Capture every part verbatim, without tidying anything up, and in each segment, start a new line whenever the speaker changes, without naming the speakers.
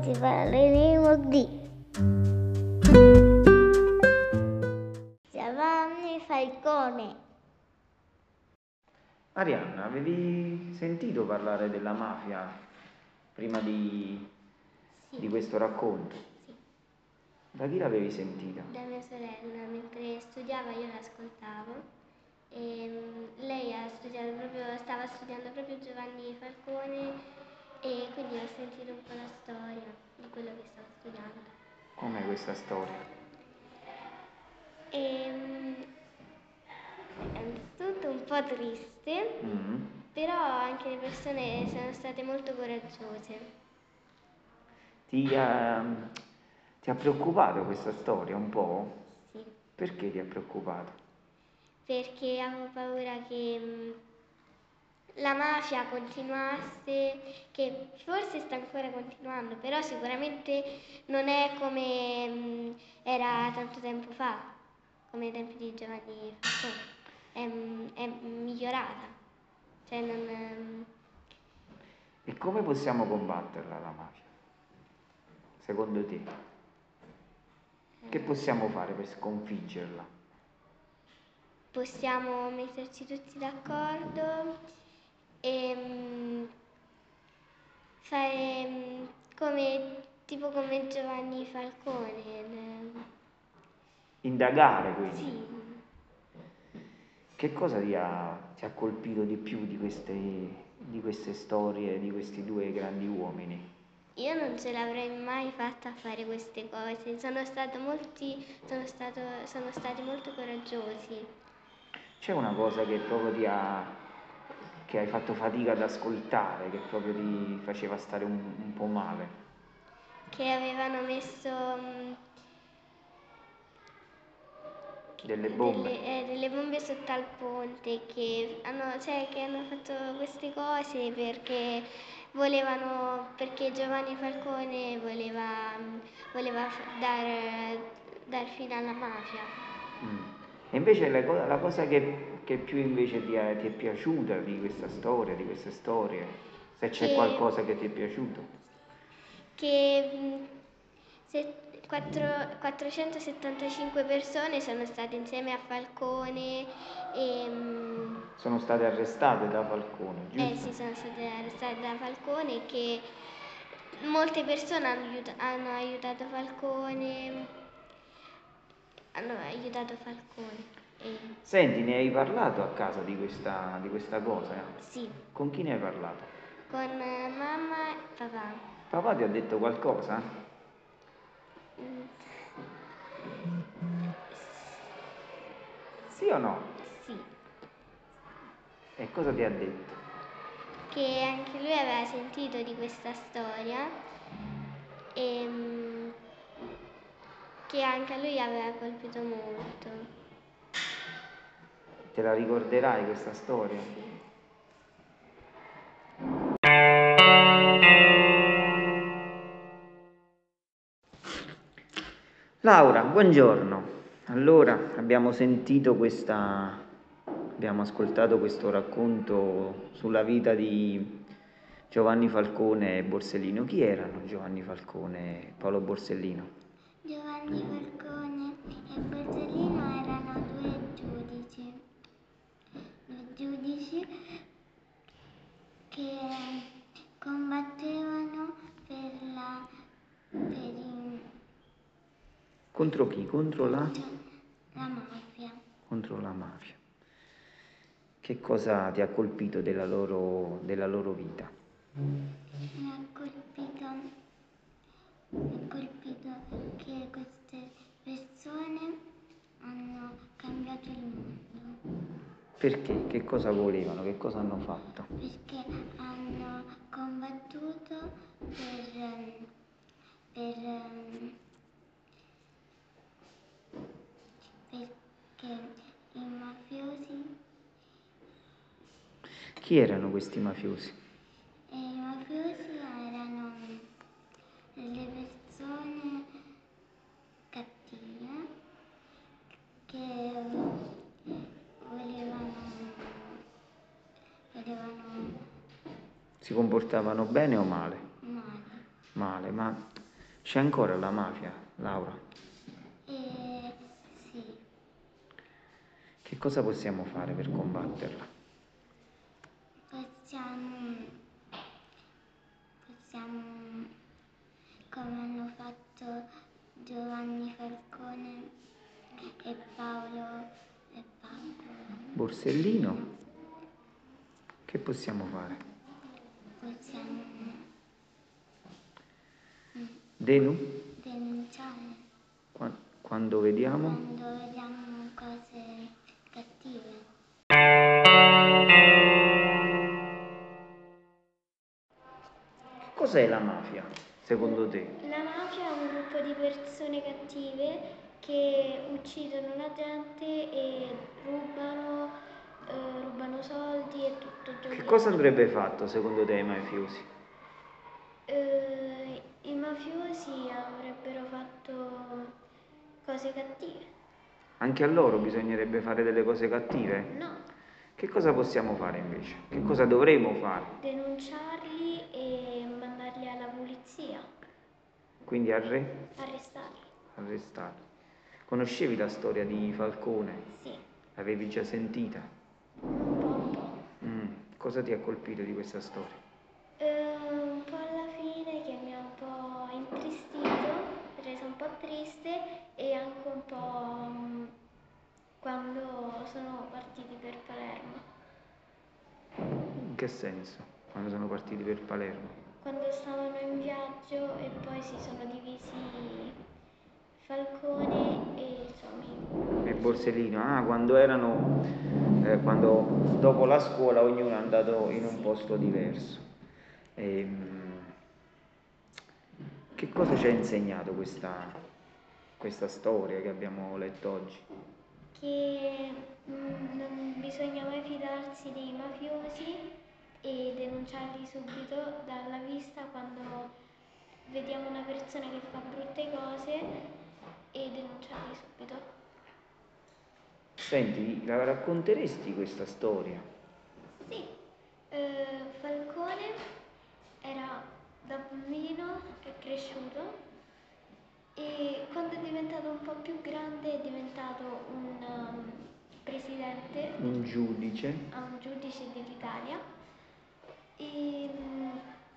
oggi parleremo di Giovanni Falcone.
Arianna, avevi sentito parlare della mafia prima di,
Sì.
di questo racconto?
Sì.
Da chi l'avevi sentita?
Da mia sorella, mentre studiava io l'ascoltavo e mm, lei ha studiato proprio, stava studiando proprio Giovanni Falcone e quindi ho sentito un po' la storia di quello che stava studiando.
Com'è questa storia?
E, mm, è innanzitutto un po' triste,
Mm.
però anche le persone sono state molto coraggiose.
Ti ha, ti ha preoccupato questa storia un po'?
Sì.
Perché ti ha preoccupato?
Perché avevo paura che mh, la mafia continuasse, che forse sta ancora continuando, però sicuramente non è come mh, era tanto tempo fa, come ai tempi di Giovanni Falcone. È, mh, è migliorata. Cioè non, mh,
E come possiamo combatterla la mafia? Secondo te? Che possiamo fare per sconfiggerla?
possiamo metterci tutti d'accordo e mh, fare mh, come, tipo come Giovanni Falcone. l-
Indagare quindi?
Sì,
Che cosa ti ha, ti ha colpito di più di queste, di queste storie, di questi due grandi uomini?
io non ce l'avrei mai fatta a fare queste cose, sono stato molti, sono stato, sono stati molto coraggiosi,
C'è una cosa che proprio ti ha, che hai fatto fatica ad ascoltare, che proprio ti faceva stare un, un po' male?
che avevano messo mh, che-
Delle bombe?
delle, eh, delle bombe sotto al ponte, che hanno, cioè, che hanno fatto queste cose perché volevano, perché Giovanni Falcone voleva, mh, voleva f- dar, dar fine alla mafia.
Mm. E invece la, co- la cosa che, che più invece ti è, ti è piaciuta di questa storia, di queste storie, se c'è
Che,
qualcosa che ti è piaciuto?
che mh, se- quattro- quattrocentosettantacinque persone sono state insieme a Falcone e mh,
Sono state arrestate da Falcone,
eh
giusto?
sì, sono state arrestate da Falcone, che molte persone hanno, aiuta- hanno aiutato Falcone, hanno aiutato Falcone. E
Senti, ne hai parlato a casa di questa, di questa cosa? eh?
sì,
Con chi ne hai parlato?
con eh, mamma e papà.
Papà ti ha detto qualcosa?
Mm,
Sì o no?
sì,
E cosa ti ha detto?
che anche lui aveva sentito di questa storia e mm, che anche a lui aveva colpito molto.
Te la ricorderai questa storia?
Sì.
Laura, buongiorno. Allora, abbiamo sentito questa, abbiamo ascoltato questo racconto sulla vita di Giovanni Falcone e Borsellino. Chi erano Giovanni Falcone e Paolo Borsellino?
Giovanni Falcone e Borsellino erano due giudici, due giudici che combattevano per la, per il-
Contro chi? Contro la?
cioè, la mafia.
Contro la mafia. Che cosa ti ha colpito della loro, della loro vita?
Mi ha colpito, mi ha colpito che queste persone hanno cambiato il mondo.
Perché? Che cosa volevano? Che cosa hanno fatto?
Perché hanno combattuto per, ehm, per, ehm, perché i mafiosi,
Chi erano questi mafiosi?
e i mafiosi erano delle persone cattive che volevano, volevano
Si comportavano bene o male?
male.
Male, ma C'è ancora la mafia, Laura?
Eh, sì.
Che cosa possiamo fare per combatterla?
Possiamo, possiamo, come hanno fatto Giovanni Falcone e Paolo e Paolo
Borsellino? Che possiamo fare?
Possiamo
Denu?
denunciare
Qua- Quando vediamo?
quando vediamo cose cattive.
Cos'è la mafia, secondo te?
La mafia è un gruppo di persone cattive che uccidono la gente e rubano, eh, rubano soldi e tutto ciò
Che
che
cosa
hanno.
andrebbe fatto, secondo te, ai mafiosi?
Eh, I mafiosi avrebbero fatto cose cattive.
Anche a loro bisognerebbe fare delle cose cattive?
No,
Che cosa possiamo fare invece? Che cosa dovremmo fare?
denunciarli e mandarli alla polizia,
Quindi arre?
arrestarli.
Arrestare. Conoscevi la storia di Falcone?
Sì,
L'avevi già sentita?
un po', un po'.
Mm, Cosa ti ha colpito di questa storia?
Eh, un po' alla fine che mi ha un po' intristito, resa un po' triste e anche un po' mm, quando sono partiti per Palermo.
In che senso? Quando sono partiti per Palermo?
Quando stavano in viaggio e poi si sono divisi Falcone e il suo amico.
E Borsellino? Ah, quando erano, eh, quando dopo la scuola ognuno è andato in un
Sì.
posto diverso. Ehm, che cosa ci ha insegnato questa, questa storia che abbiamo letto oggi?
Che mm, non bisogna mai fidarsi dei mafiosi e denunciarli subito dalla vista quando vediamo una persona che fa brutte cose e denunciarli subito.
Senti, la racconteresti questa storia?
Sì, eh, Falcone era da bambino, è cresciuto e quando è diventato un po' più grande è diventato un um, presidente,
Un giudice?
a un giudice dell'Italia e mm,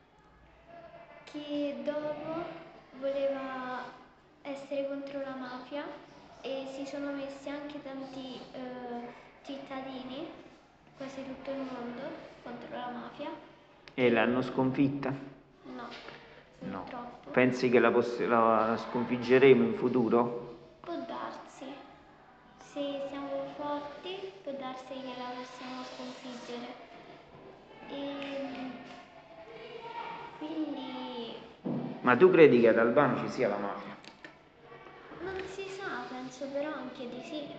che dopo voleva essere contro la mafia e si sono messi anche tanti eh, cittadini, quasi tutto il mondo, contro la mafia.
E l'hanno sconfitta?
No,
No.
purtroppo.
Pensi che la, poss- la sconfiggeremo in futuro?
Può darsi. Se siamo forti, può darsi che la possiamo sconfiggere. E quindi
Ma tu credi che ad Albano ci sia la mafia?
non si sa, penso però anche di sì.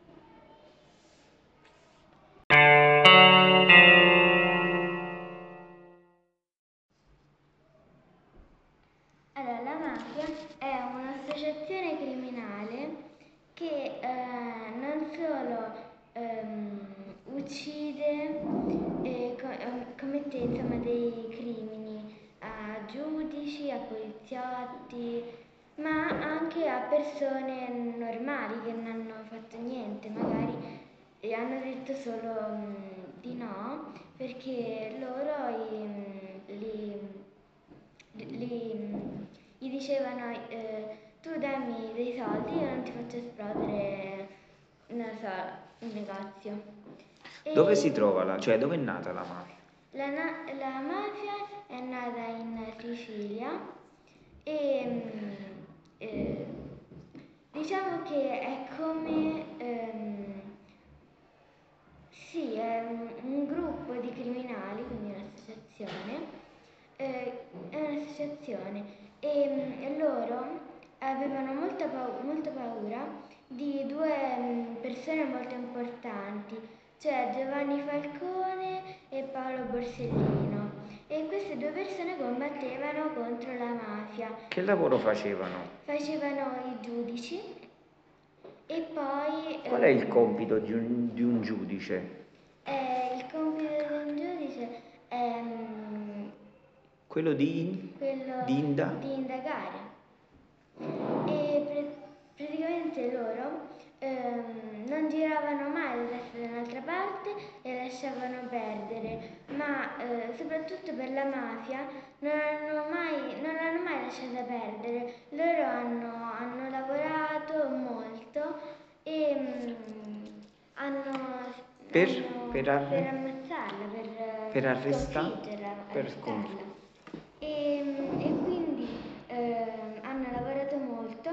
Allora, la mafia è un'associazione criminale che eh, non solo ehm, uccide e co- ehm, commette insomma dei crimini a giudici, a poliziotti, ma anche a persone normali che non hanno fatto niente, magari e hanno detto solo mm, di no perché loro i- li li- gli dicevano eh, tu dammi dei soldi io non ti faccio esplodere non so, un negozio.
Dove si
E
trova la, cioè dove è nata la mafia?
la, na- la mafia è nata in Sicilia e mm, eh, diciamo che è come ehm, sì, è un, un gruppo di criminali, quindi un'associazione, eh, è un'associazione e, mm, e loro avevano molta, pau- molta paura di due mm, persone molto importanti, cioè Giovanni Falcone e Paolo Borsellino. E queste due persone combattevano contro la mafia,
Che lavoro facevano?
facevano i giudici e poi
Qual è il
ehm,
compito di un, di un giudice?
eh, il compito di un giudice è mm,
Quello di,
quello
di inda?
di indagare. e pre- praticamente loro ehm, non giravano mai la testa da un'altra parte e lasciavano perdere, ma eh, soprattutto per la mafia non hanno mai, non l'hanno mai lasciata perdere. Loro hanno, hanno lavorato molto e mm, hanno,
Per,
hanno-
per,
per
arre-
ammazzarla, per,
per
eh,
arrestare,
sconfiggerla,
per
arrestarla.
sconfiggere.
E, mm, e quindi ehm, hanno lavorato molto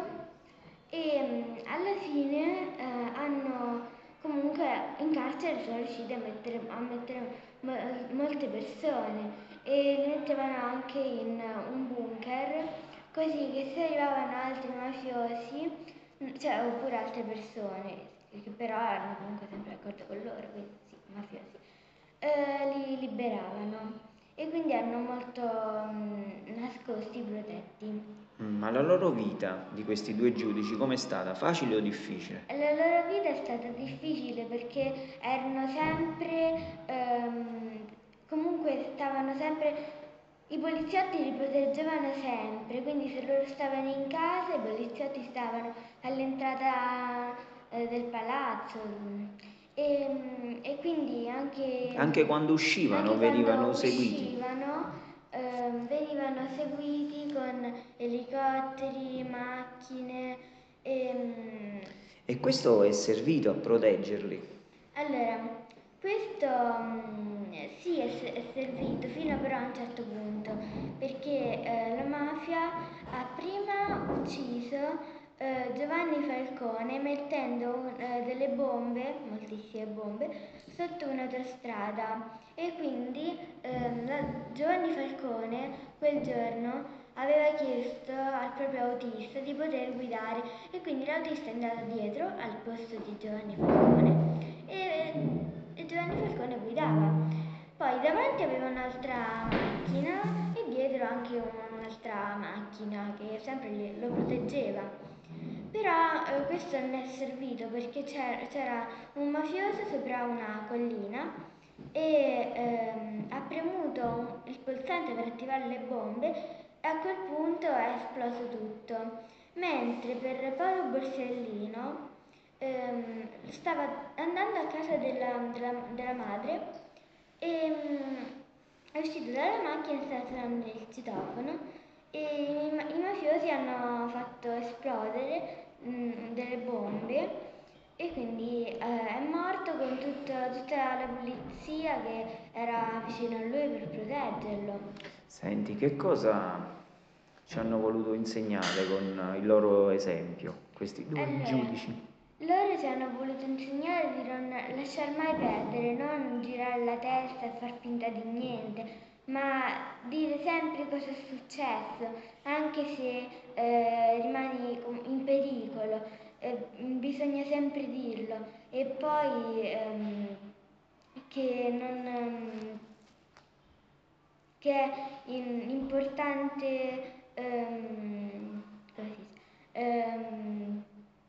e mm, alla fine eh, hanno comunque in carcere sono riusciti a mettere, a mettere mo- molte persone e li mettevano anche in un bunker così che se arrivavano altri mafiosi, mm, cioè oppure altre persone che però erano comunque sempre d'accordo con loro, quindi sì, mafiosi, eh, li liberavano e quindi hanno molto mm, nascosti, protetti.
Mm, Ma la loro vita di questi due giudici com'è stata? Facile o difficile?
La loro vita è stata difficile perché erano sempre, ehm, comunque stavano sempre, i poliziotti li proteggevano sempre, quindi se loro stavano in casa i poliziotti stavano all'entrata eh, del palazzo mm, e, mm, e quindi anche,
Anche quando uscivano
anche
venivano
quando
seguiti.
uscivano ehm, venivano seguiti con elicotteri, macchine. Ehm,
E questo è servito a proteggerli.
allora, questo mm, sì è, s- è servito fino però a un certo punto, perché eh, la mafia ha prima ucciso eh, Giovanni Falcone mettendo un- eh, delle bombe, moltissime bombe, sotto un'autostrada e quindi ehm, la- Giovanni Falcone quel giorno aveva chiesto al proprio autista di poter guidare e quindi l'autista è andato dietro al posto di Giovanni Falcone e, e Giovanni Falcone guidava. Poi davanti aveva un'altra macchina e dietro anche un'altra macchina che sempre li- lo proteggeva. Però eh, questo non è servito perché c'era, c'era un mafioso sopra una collina e ehm, ha premuto un- il pulsante per attivare le bombe e a quel punto è esploso tutto. Mentre per Paolo Borsellino ehm, stava andando a casa della, della- della madre e mm, è uscito dalla macchina e stava suonando il citofono e i, ma- i mafiosi hanno fatto esplodere mm, delle bombe e quindi eh, è morto con tutta, tutta la polizia che era vicino a lui per proteggerlo.
Senti, che cosa ci hanno voluto insegnare con il loro esempio, questi due
Allora,
giudici?
loro ci hanno voluto insegnare di non lasciar mai perdere, non girare la testa e far finta di niente, ma dire sempre cosa è successo, anche se eh, rimani com- in pericolo, eh, bisogna sempre dirlo. E poi ehm, che non... ehm, che è in- importante ehm, come si dice? Ehm,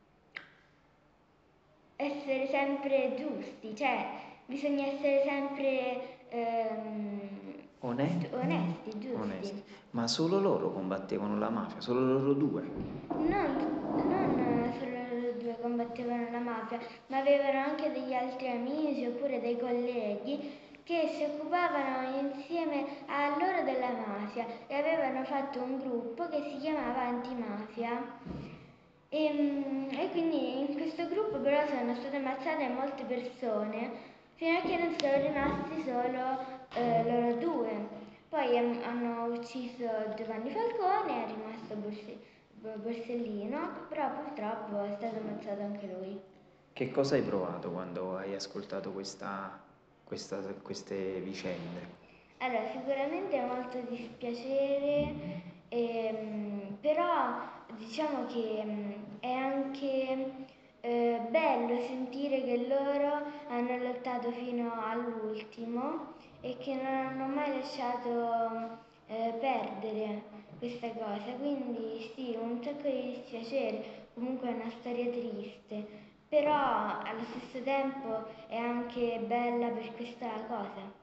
essere sempre giusti, cioè bisogna essere sempre ehm,
Onesti?
onesti, giusti.
Onesti. Ma solo loro combattevano la mafia, solo loro due.
Non, non solo loro due combattevano la mafia, ma avevano anche degli altri amici oppure dei colleghi che si occupavano insieme a loro della mafia e avevano fatto un gruppo che si chiamava Antimafia. E, mm, e quindi in questo gruppo però sono state ammazzate molte persone fino a che non sono rimasti solo eh, loro due. Poi han- hanno ucciso Giovanni Falcone, è rimasto Borsi- Bo- Borsellino, però purtroppo è stato ammazzato anche lui.
Che cosa hai provato quando hai ascoltato questa, questa- queste vicende?
Allora, sicuramente è molto dispiacere, ehm, però diciamo che mm, è anche eh, bello sentire che loro hanno lottato fino all'ultimo e che non hanno mai lasciato eh, perdere questa cosa. Quindi sì, un sacco di dispiacere, comunque è una storia triste, però allo stesso tempo è anche bella per questa cosa.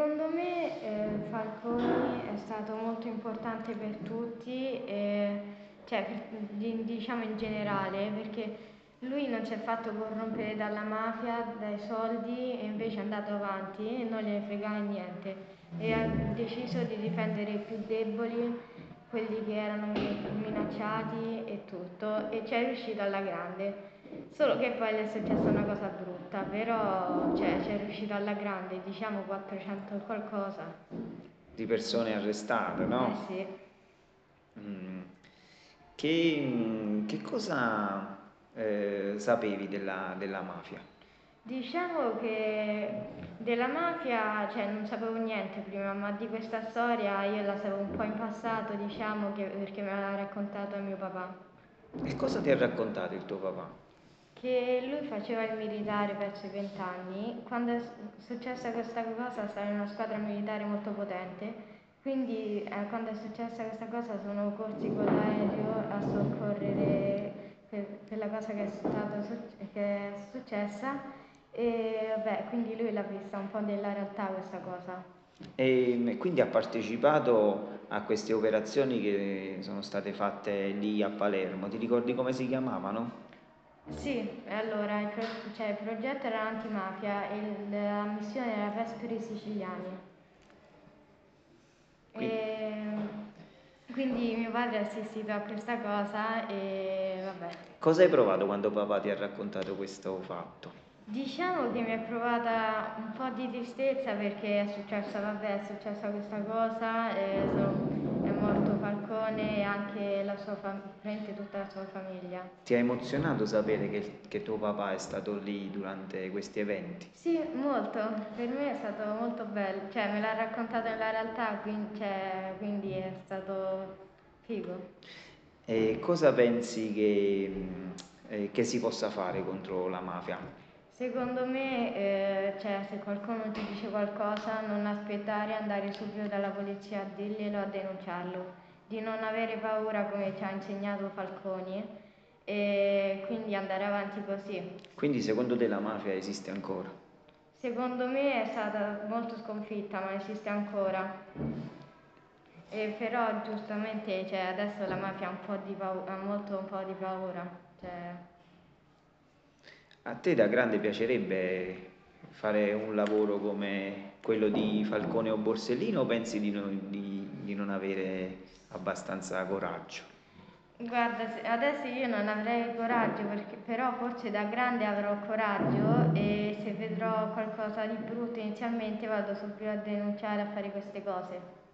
Secondo me eh, Falconi è stato molto importante per tutti, eh, cioè per- di- diciamo in generale, perché lui non si è fatto corrompere dalla mafia, dai soldi e invece è andato avanti e non gliene fregava niente e ha deciso di difendere i più deboli, quelli che erano minacciati e tutto, e ci è riuscito alla grande. Solo che poi le è successa una cosa brutta, però cioè, ci è riuscito alla grande, diciamo quattrocento e qualcosa.
Di persone arrestate,
Eh
no?
sì.
Mm. Che, mm, che cosa eh, sapevi della, della mafia?
Diciamo che della mafia, cioè non sapevo niente prima, ma di questa storia io la sapevo un po' in passato, diciamo, che, perché me l'ha raccontata mio papà.
E cosa ti ha raccontato il tuo papà?
Che lui faceva il militare verso i vent'anni, quando è successa questa cosa stava in una squadra militare molto potente, quindi eh, quando è successa questa cosa sono corsi con l'aereo a soccorrere per, per la cosa che è, stato, che è successa e vabbè, quindi lui l'ha vista un po' nella realtà questa cosa.
E quindi ha partecipato a queste operazioni che sono state fatte lì a Palermo. Ti ricordi come si chiamavano?
Sì, allora il, pro- cioè, il progetto era antimafia e il- la missione era Vespri Siciliani.
Qui.
E quindi mio padre ha assistito a questa cosa e vabbè.
Cosa hai provato quando papà ti ha raccontato questo fatto?
Diciamo che mi è provata un po' di tristezza perché è successa, vabbè, è successa questa cosa, e sono- è morto Falcone e anche la sua fam- praticamente tutta la sua famiglia.
Ti ha emozionato sapere che, che tuo papà è stato lì durante questi eventi?
Sì, molto, per me è stato molto bello, cioè me l'ha raccontato nella realtà, quindi, cioè, quindi è stato figo.
E cosa pensi che, mh, eh, che si possa fare contro la mafia?
Secondo me, eh, cioè, se qualcuno ti dice qualcosa, non aspettare, andare subito dalla polizia a dirglielo, a denunciarlo, di non avere paura come ci ha insegnato Falconi e quindi andare avanti così.
Quindi secondo te la mafia esiste ancora?
Secondo me è stata molto sconfitta, ma esiste ancora. E però giustamente cioè, adesso la mafia ha un po' di paura, ha molto un po' di paura. Cioè,
A te da grande piacerebbe fare un lavoro come quello di Falcone o Borsellino o pensi di non, di- di non avere abbastanza coraggio?
guarda, se- adesso io non avrei coraggio, perché, però forse da grande avrò coraggio e se vedrò qualcosa di brutto inizialmente vado subito a denunciare, a fare queste cose.